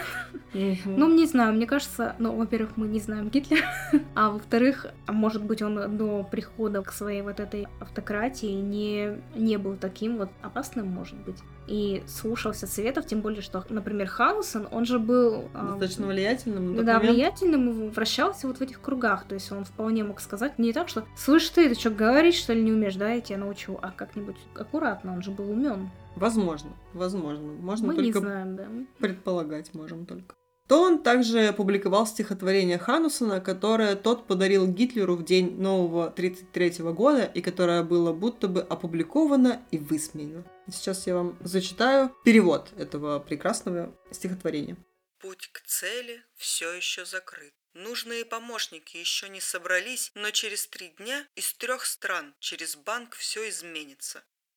Ну, не знаю, мне кажется, ну, во-первых, мы не знаем Гитлера, а во-вторых, может быть, он до прихода к своей вот этой автократии не, не был таким вот опасным, может быть, и слушался советов, тем более, что, например, Ханнусон, он же был... Достаточно влиятельным. Да, момент. влиятельным, и вращался вот в этих кругах, то есть он вполне мог сказать не так, что «Слышь ты, ты что, говорить, что ли, не умеешь, да, я тебя научу», а как-нибудь аккуратно, он же был умен. Возможно, возможно. Можно Мы только не знаем, да. предполагать можем только. То он также опубликовал стихотворение Ханнусона, которое тот подарил Гитлеру в день нового тридцать третьего года, и которое было будто бы опубликовано и высмеяно. Сейчас я вам зачитаю перевод этого прекрасного стихотворения. Путь к цели все еще закрыт. Нужные помощники еще не собрались, но через три дня из трех стран через банк все изменится.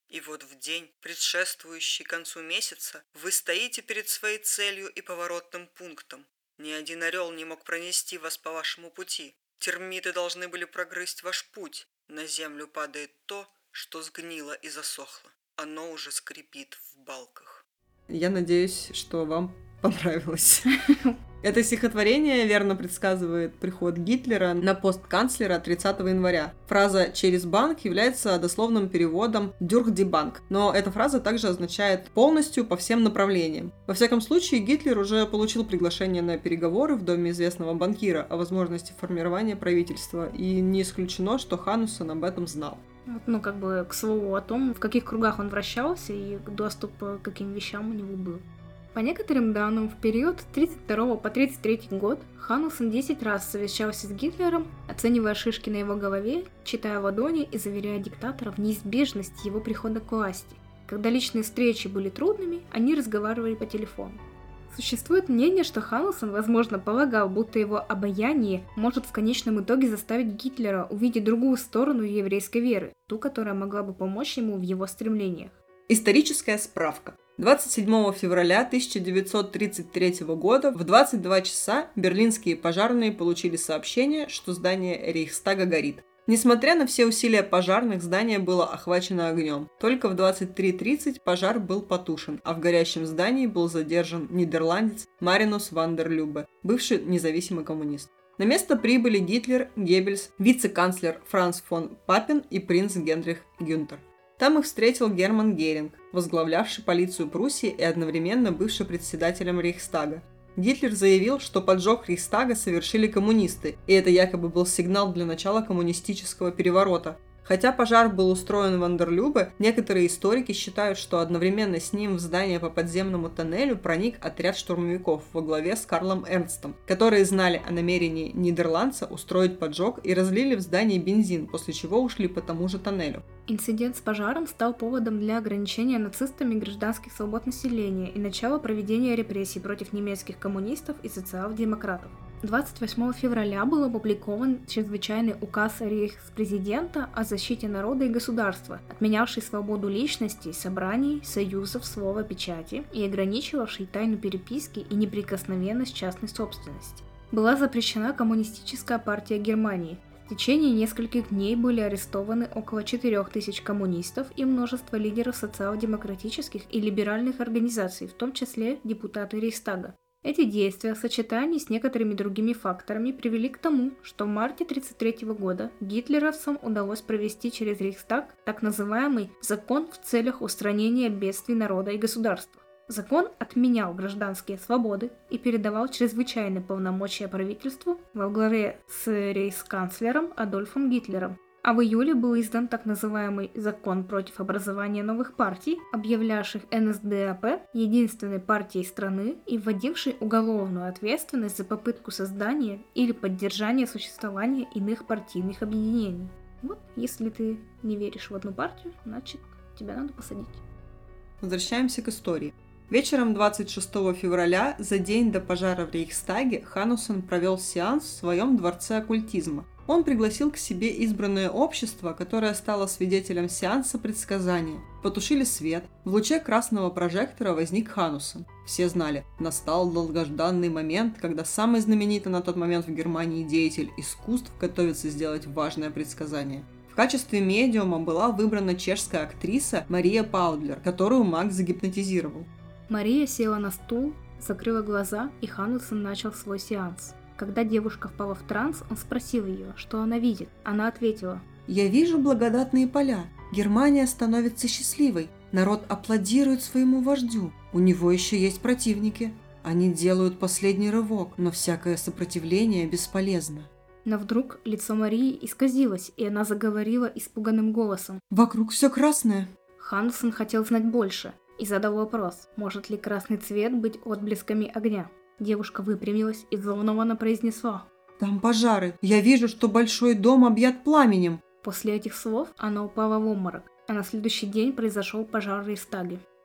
И вот в день, предшествующий концу месяца, вы стоите перед своей целью и поворотным пунктом. Ни один орел не мог пронести вас по вашему пути. Термиты должны были прогрызть ваш путь. На землю падает то, что сгнило и засохло. Оно уже скрипит в балках. Я надеюсь, что вам понравилось. Это стихотворение верно предсказывает приход Гитлера на пост канцлера тридцатого января. Фраза «через банк» является дословным переводом «durch die Bank», но эта фраза также означает «полностью по всем направлениям». Во всяком случае, Гитлер уже получил приглашение на переговоры в доме известного банкира о возможности формирования правительства, и не исключено, что Хануссон об этом знал. Ну, как бы, к слову о том, в каких кругах он вращался и доступ к каким вещам у него был. По некоторым данным, в период с тридцать второго по тридцать третий год Хануссон десять раз совещался с Гитлером, оценивая шишки на его голове, читая ладони и заверяя диктатора в неизбежности его прихода к власти. Когда личные встречи были трудными, они разговаривали по телефону. Существует мнение, что Хануссон, возможно, полагал, будто его обаяние может в конечном итоге заставить Гитлера увидеть другую сторону еврейской веры, ту, которая могла бы помочь ему в его стремлениях. Историческая справка. двадцать седьмого февраля тысяча девятьсот тридцать третьего года в двадцать два часа берлинские пожарные получили сообщение, что здание Рейхстага горит. Несмотря на все усилия пожарных, здание было охвачено огнем. Только в двадцать три тридцать пожар был потушен, а в горящем здании был задержан нидерландец Маринус ван дер Любе, бывший независимый коммунист. На место прибыли Гитлер, Геббельс, вице-канцлер Франц фон Папен и принц Генрих Гюнтер. Там их встретил Герман Геринг, возглавлявший полицию Пруссии и одновременно бывший председателем Рейхстага. Гитлер заявил, что поджог Рейхстага совершили коммунисты, и это якобы был сигнал для начала коммунистического переворота. Хотя пожар был устроен ван дер Любе, некоторые историки считают, что одновременно с ним в здание по подземному тоннелю проник отряд штурмовиков во главе с Карлом Эрнстом, которые знали о намерении нидерландца устроить поджог и разлили в здании бензин, после чего ушли по тому же тоннелю. Инцидент с пожаром стал поводом для ограничения нацистами гражданских свобод населения и начала проведения репрессий против немецких коммунистов и социал-демократов. двадцать восьмого февраля был опубликован чрезвычайный указ рейхспрезидента о защите народа и государства, отменявший свободу личностей, собраний, союзов, слова, печати и ограничивавший тайну переписки и неприкосновенность частной собственности. Была запрещена коммунистическая партия Германии. В течение нескольких дней были арестованы около четырех тысяч коммунистов и множество лидеров социал-демократических и либеральных организаций, в том числе депутаты Рейхстага. Эти действия в сочетании с некоторыми другими факторами привели к тому, что в марте тысяча девятьсот тридцать третьего года гитлеровцам удалось провести через Рейхстаг так называемый «закон в целях устранения бедствий народа и государства». Закон отменял гражданские свободы и передавал чрезвычайные полномочия правительству во главе с рейхсканцлером Адольфом Гитлером. А в июле был издан так называемый «Закон против образования новых партий», объявлявших эн эс дэ а пэ единственной партией страны и вводивший уголовную ответственность за попытку создания или поддержания существования иных партийных объединений. Вот, если ты не веришь в одну партию, значит, тебя надо посадить. Возвращаемся к истории. Вечером двадцать шестого февраля, за день до пожара в Рейхстаге, Хануссон провел сеанс в своем дворце оккультизма. Он пригласил к себе избранное общество, которое стало свидетелем сеанса предсказания. Потушили свет. В луче красного прожектора возник Хануссон. Все знали, настал долгожданный момент, когда самый знаменитый на тот момент в Германии деятель искусств готовится сделать важное предсказание. В качестве медиума была выбрана чешская актриса Мария Паудлер, которую маг загипнотизировал. Мария села на стул, закрыла глаза, и Хануссон начал свой сеанс. Когда девушка впала в транс, он спросил ее, что она видит. Она ответила: «Я вижу благодатные поля. Германия становится счастливой. Народ аплодирует своему вождю. У него еще есть противники. Они делают последний рывок, но всякое сопротивление бесполезно». Но вдруг лицо Марии исказилось, и она заговорила испуганным голосом. «Вокруг все красное». Хануссон хотел знать больше и задал вопрос, может ли красный цвет быть отблесками огня. Девушка выпрямилась и взволнованно произнесла: «Там пожары. Я вижу, что большой дом объят пламенем». После этих слов она упала в обморок, а на следующий день произошел пожар в Рейхстаге.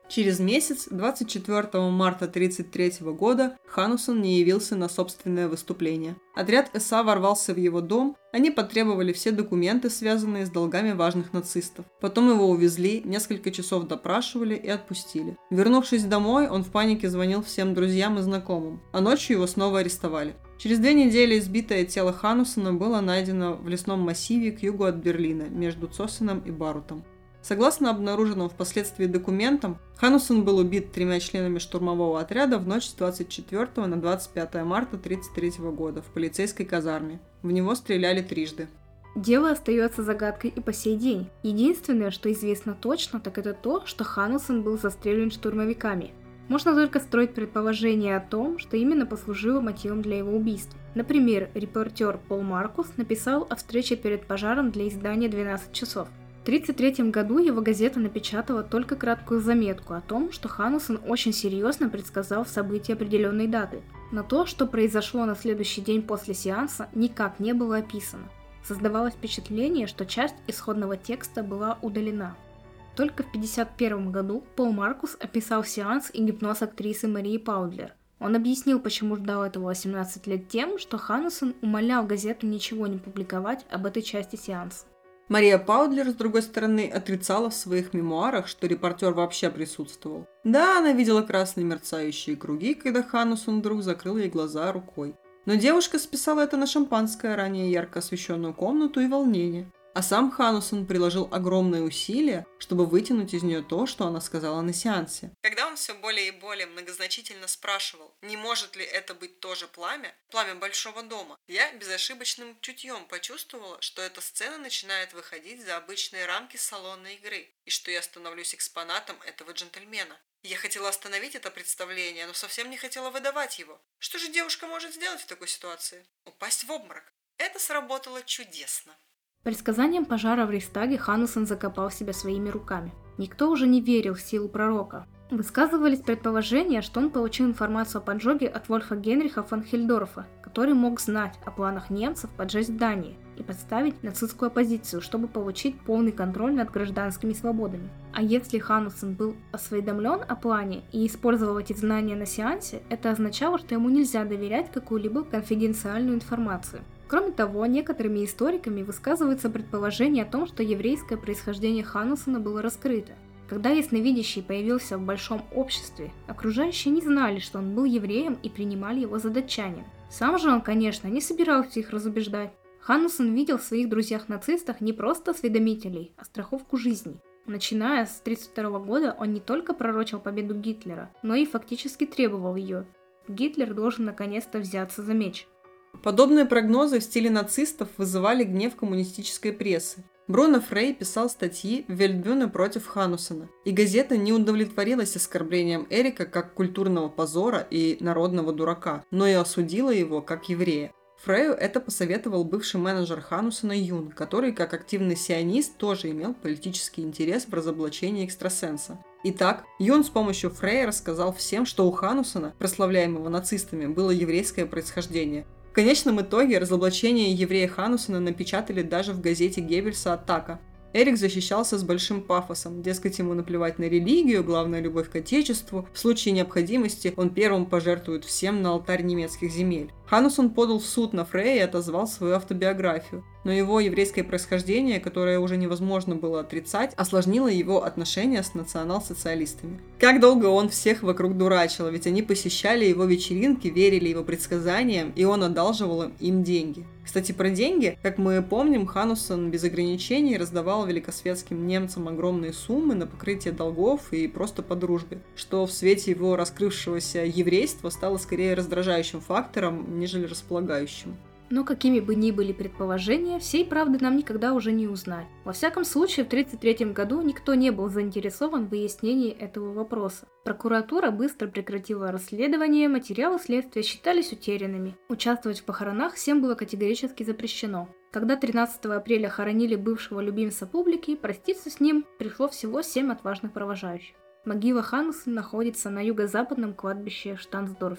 Через месяц, двадцать четвёртого марта тысяча девятьсот тридцать третьего года, Хануссон не явился на собственное выступление. Отряд эс а ворвался в его дом, они потребовали все документы, связанные с долгами важных нацистов. Потом его увезли, несколько часов допрашивали и отпустили. Вернувшись домой, он в панике звонил всем друзьям и знакомым, а ночью его снова арестовали. Через две недели избитое тело Хануссона было найдено в лесном массиве к югу от Берлина, между Цоссеном и Барутом. Согласно обнаруженным впоследствии документам, Хануссон был убит тремя членами штурмового отряда в ночь с двадцать четвёртого на двадцать пятое марта тысяча девятьсот тридцать третьего года в полицейской казарме. В него стреляли трижды. Дело остается загадкой и по сей день. Единственное, что известно точно, так это то, что Хануссон был застрелен штурмовиками. Можно только строить предположение о том, что именно послужило мотивом для его убийства. Например, репортер Пол Маркус написал о встрече перед пожаром для издания «двенадцать часов». В тысяча девятьсот тридцать третьем году его газета напечатала только краткую заметку о том, что Хануссон очень серьезно предсказал события определенной даты. Но то, что произошло на следующий день после сеанса, никак не было описано. Создавалось впечатление, что часть исходного текста была удалена. Только в тысяча девятьсот пятьдесят первом году Пол Маркус описал сеанс и гипноз актрисы Марии Паудлер. Он объяснил, почему ждал этого восемнадцать лет тем, что Хануссон умолял газету ничего не публиковать об этой части сеанса. Мария Паудлер, с другой стороны, отрицала в своих мемуарах, что репортер вообще присутствовал. Да, она видела красные мерцающие круги, когда Хануссон вдруг закрыл ей глаза рукой. Но девушка списала это на шампанское, ранее ярко освещенную комнату и волнение. А сам Хануссон приложил огромные усилия, чтобы вытянуть из нее то, что она сказала на сеансе. Когда он все более и более многозначительно спрашивал, не может ли это быть тоже пламя, пламя Большого дома, я безошибочным чутьем почувствовала, что эта сцена начинает выходить за обычные рамки салонной игры, и что я становлюсь экспонатом этого джентльмена. Я хотела остановить это представление, но совсем не хотела выдавать его. Что же девушка может сделать в такой ситуации? Упасть в обморок. Это сработало чудесно. Предсказанием пожара в Рейхстаге Хануссон закопал себя своими руками. Никто уже не верил в силу пророка. Высказывались предположения, что он получил информацию о поджоге от Вольфа Генриха фон Хильдорфа, который мог знать о планах немцев поджечь здание и подставить нацистскую оппозицию, чтобы получить полный контроль над гражданскими свободами. А если Хануссон был осведомлен о плане и использовал эти знания на сеансе, это означало, что ему нельзя доверять какую-либо конфиденциальную информацию. Кроме того, некоторыми историками высказывается предположение о том, что еврейское происхождение Хануссона было раскрыто. Когда ясновидящий появился в большом обществе, окружающие не знали, что он был евреем и принимали его за датчанина. Сам же он, конечно, не собирался их разубеждать. Хануссон видел в своих друзьях-нацистах не просто осведомителей, а страховку жизни. Начиная с тысяча девятьсот тридцать второго года он не только пророчил победу Гитлера, но и фактически требовал ее. Гитлер должен наконец-то взяться за меч. Подобные прогнозы в стиле нацистов вызывали гнев коммунистической прессы. Бруно Фрей писал статьи в Вельтбюне против Хануссона, и газета не удовлетворилась оскорблением Эрика как культурного позора и народного дурака, но и осудила его как еврея. Фрею это посоветовал бывший менеджер Хануссона Юн, который, как активный сионист, тоже имел политический интерес в разоблачении экстрасенса. Итак, Юн с помощью Фрея рассказал всем, что у Хануссона, прославляемого нацистами, было еврейское происхождение. В конечном итоге разоблачение еврея Хануссона напечатали даже в газете Геббельса «Атака». Эрик защищался с большим пафосом, дескать, ему наплевать на религию, главное любовь к отечеству, в случае необходимости он первым пожертвует всем на алтарь немецких земель. Хануссон подал в суд на Фрея и отозвал свою автобиографию, но его еврейское происхождение, которое уже невозможно было отрицать, осложнило его отношения с национал-социалистами. Как долго он всех вокруг дурачил, ведь они посещали его вечеринки, верили его предсказаниям, и он одалживал им деньги. Кстати, про деньги, как мы помним, Хануссон без ограничений раздавал великосветским немцам огромные суммы на покрытие долгов и просто по дружбе, что в свете его раскрывшегося еврейства стало скорее раздражающим фактором, нежели располагающим. Но какими бы ни были предположения, всей правды нам никогда уже не узнать. Во всяком случае, в тысяча девятьсот тридцать третьем году никто не был заинтересован в выяснении этого вопроса. Прокуратура быстро прекратила расследование, материалы следствия считались утерянными. Участвовать в похоронах всем было категорически запрещено. Когда тринадцатого апреля хоронили бывшего любимца публики, проститься с ним пришло всего семь отважных провожающих. Могила Хануссона находится на юго-западном кладбище в Штансдорфе.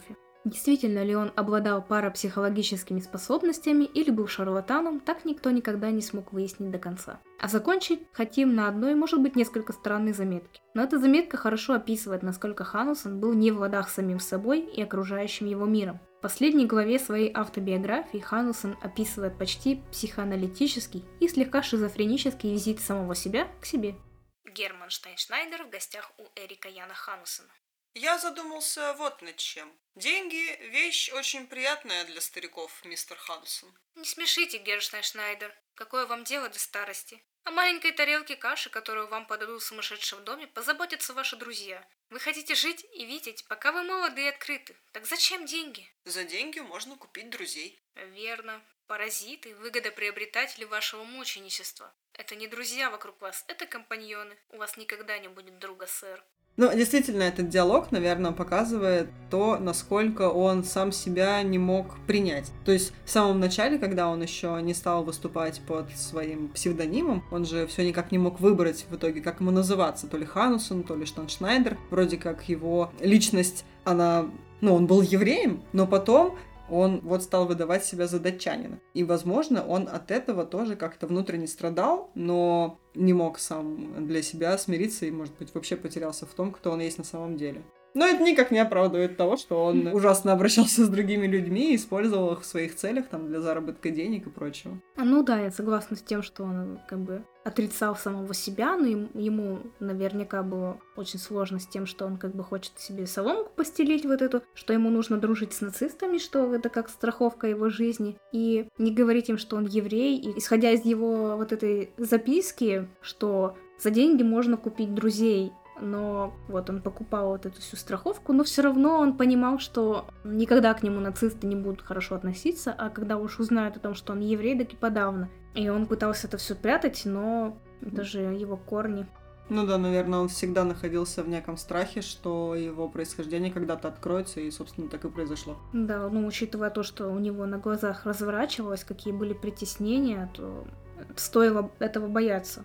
Действительно ли он обладал парапсихологическими способностями или был шарлатаном, так никто никогда не смог выяснить до конца. А закончить хотим на одной, может быть, несколько странной заметке. Но эта заметка хорошо описывает, насколько Ханнусон был не в ладах с самим собой и окружающим его миром. В последней главе своей автобиографии Ханнусон описывает почти психоаналитический и слегка шизофренический визит самого себя к себе. Герман Штайншнайдер в гостях у Эрика Яна Ханнусона. Я задумался вот над чем. Деньги – вещь очень приятная для стариков, мистер Хансон. Не смешите, Герштайншнайдер. Какое вам дело до старости? О маленькой тарелке каши, которую вам подадут в сумасшедшем доме, позаботятся ваши друзья. Вы хотите жить и видеть, пока вы молоды и открыты. Так зачем деньги? За деньги можно купить друзей. Верно. Паразиты, выгодоприобретатели вашего мученичества. Это не друзья вокруг вас, это компаньоны. У вас никогда не будет друга, сэр. Ну, действительно, этот диалог, наверное, показывает то, насколько он сам себя не мог принять. То есть в самом начале, когда он еще не стал выступать под своим псевдонимом, он же все никак не мог выбрать в итоге, как ему называться, то ли Ханнусон, то ли Штайншнайдер. Вроде как его личность, она... Ну, он был евреем, но потом... он вот стал выдавать себя за датчанина. И, возможно, он от этого тоже как-то внутренне страдал, но не мог сам для себя смириться и, может быть, вообще потерялся в том, кто он есть на самом деле. Но это никак не оправдывает того, что он ужасно обращался с другими людьми и использовал их в своих целях, там, для заработка денег и прочего. Ну да, я согласна с тем, что он как бы отрицал самого себя, но ему, ему наверняка было очень сложно с тем, что он как бы хочет себе соломку постелить вот эту, что ему нужно дружить с нацистами, что это как страховка его жизни, и не говорить им, что он еврей, и исходя из его вот этой записки, что за деньги можно купить друзей, но вот он покупал вот эту всю страховку, но все равно он понимал, что никогда к нему нацисты не будут хорошо относиться, а когда уж узнают о том, что он еврей, так и подавно. И он пытался это все прятать, но это же его корни. Ну да, наверное, он всегда находился в неком страхе, что его происхождение когда-то откроется, и, собственно, так и произошло. Да, ну, учитывая то, что у него на глазах разворачивалось, какие были притеснения, то стоило этого бояться.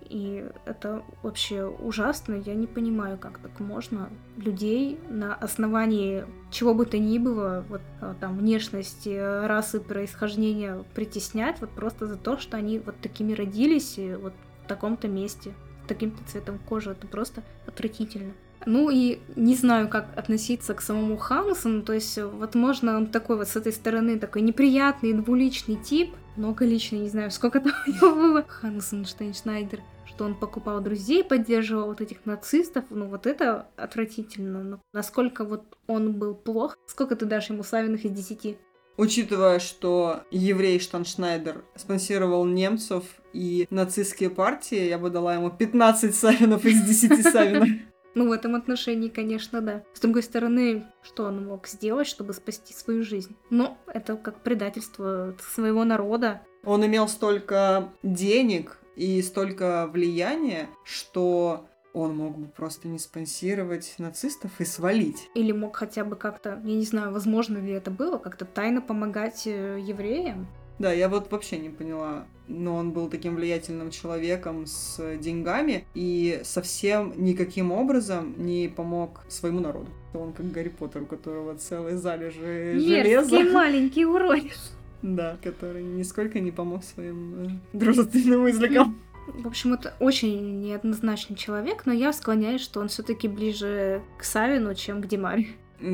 И это вообще ужасно. Я не понимаю, как так можно людей на основании чего бы то ни было, вот там внешности, расы, происхождения притеснять, вот просто за то, что они вот такими родились и вот в таком-то месте, с таким-то цветом кожи. Это просто отвратительно. Ну и не знаю, как относиться к самому Ханнусону, то есть, возможно, он такой вот с этой стороны такой неприятный, двуличный тип, многоличный, не знаю, сколько там у него было, Ханнусон, Штайншнайдер, что он покупал друзей, поддерживал вот этих нацистов, ну вот это отвратительно, но насколько вот он был плох, сколько ты дашь ему Савиных из десяти? Учитывая, что еврей Штайншнайдер спонсировал немцев и нацистские партии, я бы дала ему пятнадцать Савинов из десяти Савинов. Ну, в этом отношении, конечно, да. С другой стороны, что он мог сделать, чтобы спасти свою жизнь? Ну, это как предательство своего народа. Он имел столько денег и столько влияния, что он мог бы просто не спонсировать нацистов и свалить. Или мог хотя бы как-то, я не знаю, возможно ли это было, как-то тайно помогать евреям. Да, я вот вообще не поняла, но он был таким влиятельным человеком с деньгами и совсем никаким образом не помог своему народу. Он как Гарри Поттер, у которого целые залежи железа. Мерзкий маленький уродец. Да, который нисколько не помог своим э, дружественным языкам. В общем, это очень неоднозначный человек, но я склоняюсь, что он все-таки ближе к Савину, чем к Димаре.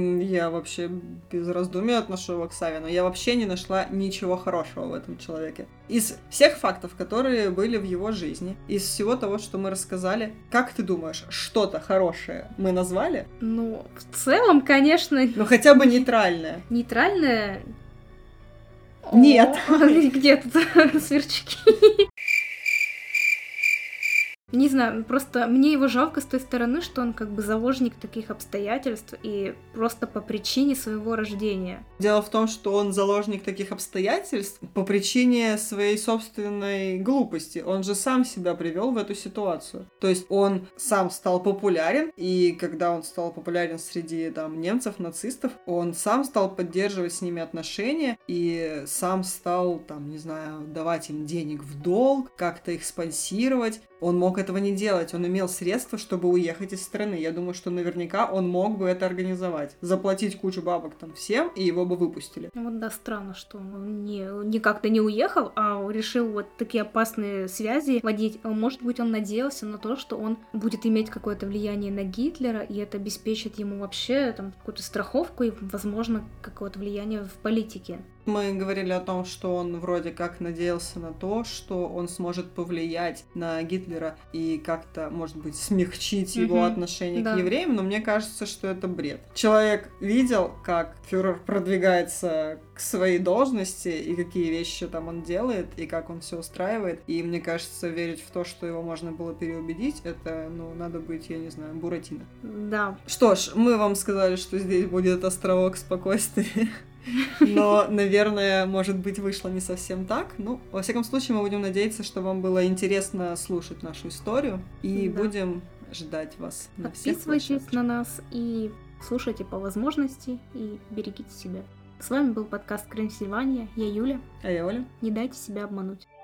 Я вообще без раздумий отношу его к Савину. Я вообще не нашла ничего хорошего в этом человеке. Из всех фактов, которые были в его жизни, из всего того, что мы рассказали, как ты думаешь, что-то хорошее мы назвали? Ну, в целом, конечно... Ну, хотя бы нейтральное. Нейтральное? Нет. Где тут сверчки? Не знаю, просто мне его жалко с той стороны, что он как бы заложник таких обстоятельств и просто по причине своего рождения. Дело в том, что он заложник таких обстоятельств по причине своей собственной глупости. Он же сам себя привел в эту ситуацию. То есть он сам стал популярен, и когда он стал популярен среди там немцев, нацистов, он сам стал поддерживать с ними отношения и сам стал, там, не знаю, давать им денег в долг, как-то их спонсировать. Он мог этого не делать. Он имел средства, чтобы уехать из страны. Я думаю, что наверняка он мог бы это организовать. Заплатить кучу бабок там всем, и его бы выпустили. Вот да, странно, что он не, не как-то не уехал, а решил вот такие опасные связи водить. Может быть, он надеялся на то, что он будет иметь какое-то влияние на Гитлера, и это обеспечит ему вообще там какую-то страховку и, возможно, какое-то влияние в политике. Мы говорили о том, что он вроде как надеялся на то, что он сможет повлиять на Гитлера и как-то, может быть, смягчить его Мгм. отношение Да. к евреям, но мне кажется, что это бред. Человек видел, как фюрер продвигается к своей должности и какие вещи там он делает, и как он все устраивает, и мне кажется, верить в то, что его можно было переубедить, это, ну, надо быть, я не знаю, Буратино. Да. Что ж, мы вам сказали, что здесь будет островок спокойствия. Но, наверное, может быть, вышло не совсем так. Ну, во всяком случае, мы будем надеяться, что вам было интересно слушать нашу историю. И Да. будем ждать вас на всех Подписывайтесь площадках. на нас и слушайте по возможности, и берегите себя. С вами был подкаст «Крым Сильвания». Я Юля. А я Оля. Не дайте себя обмануть.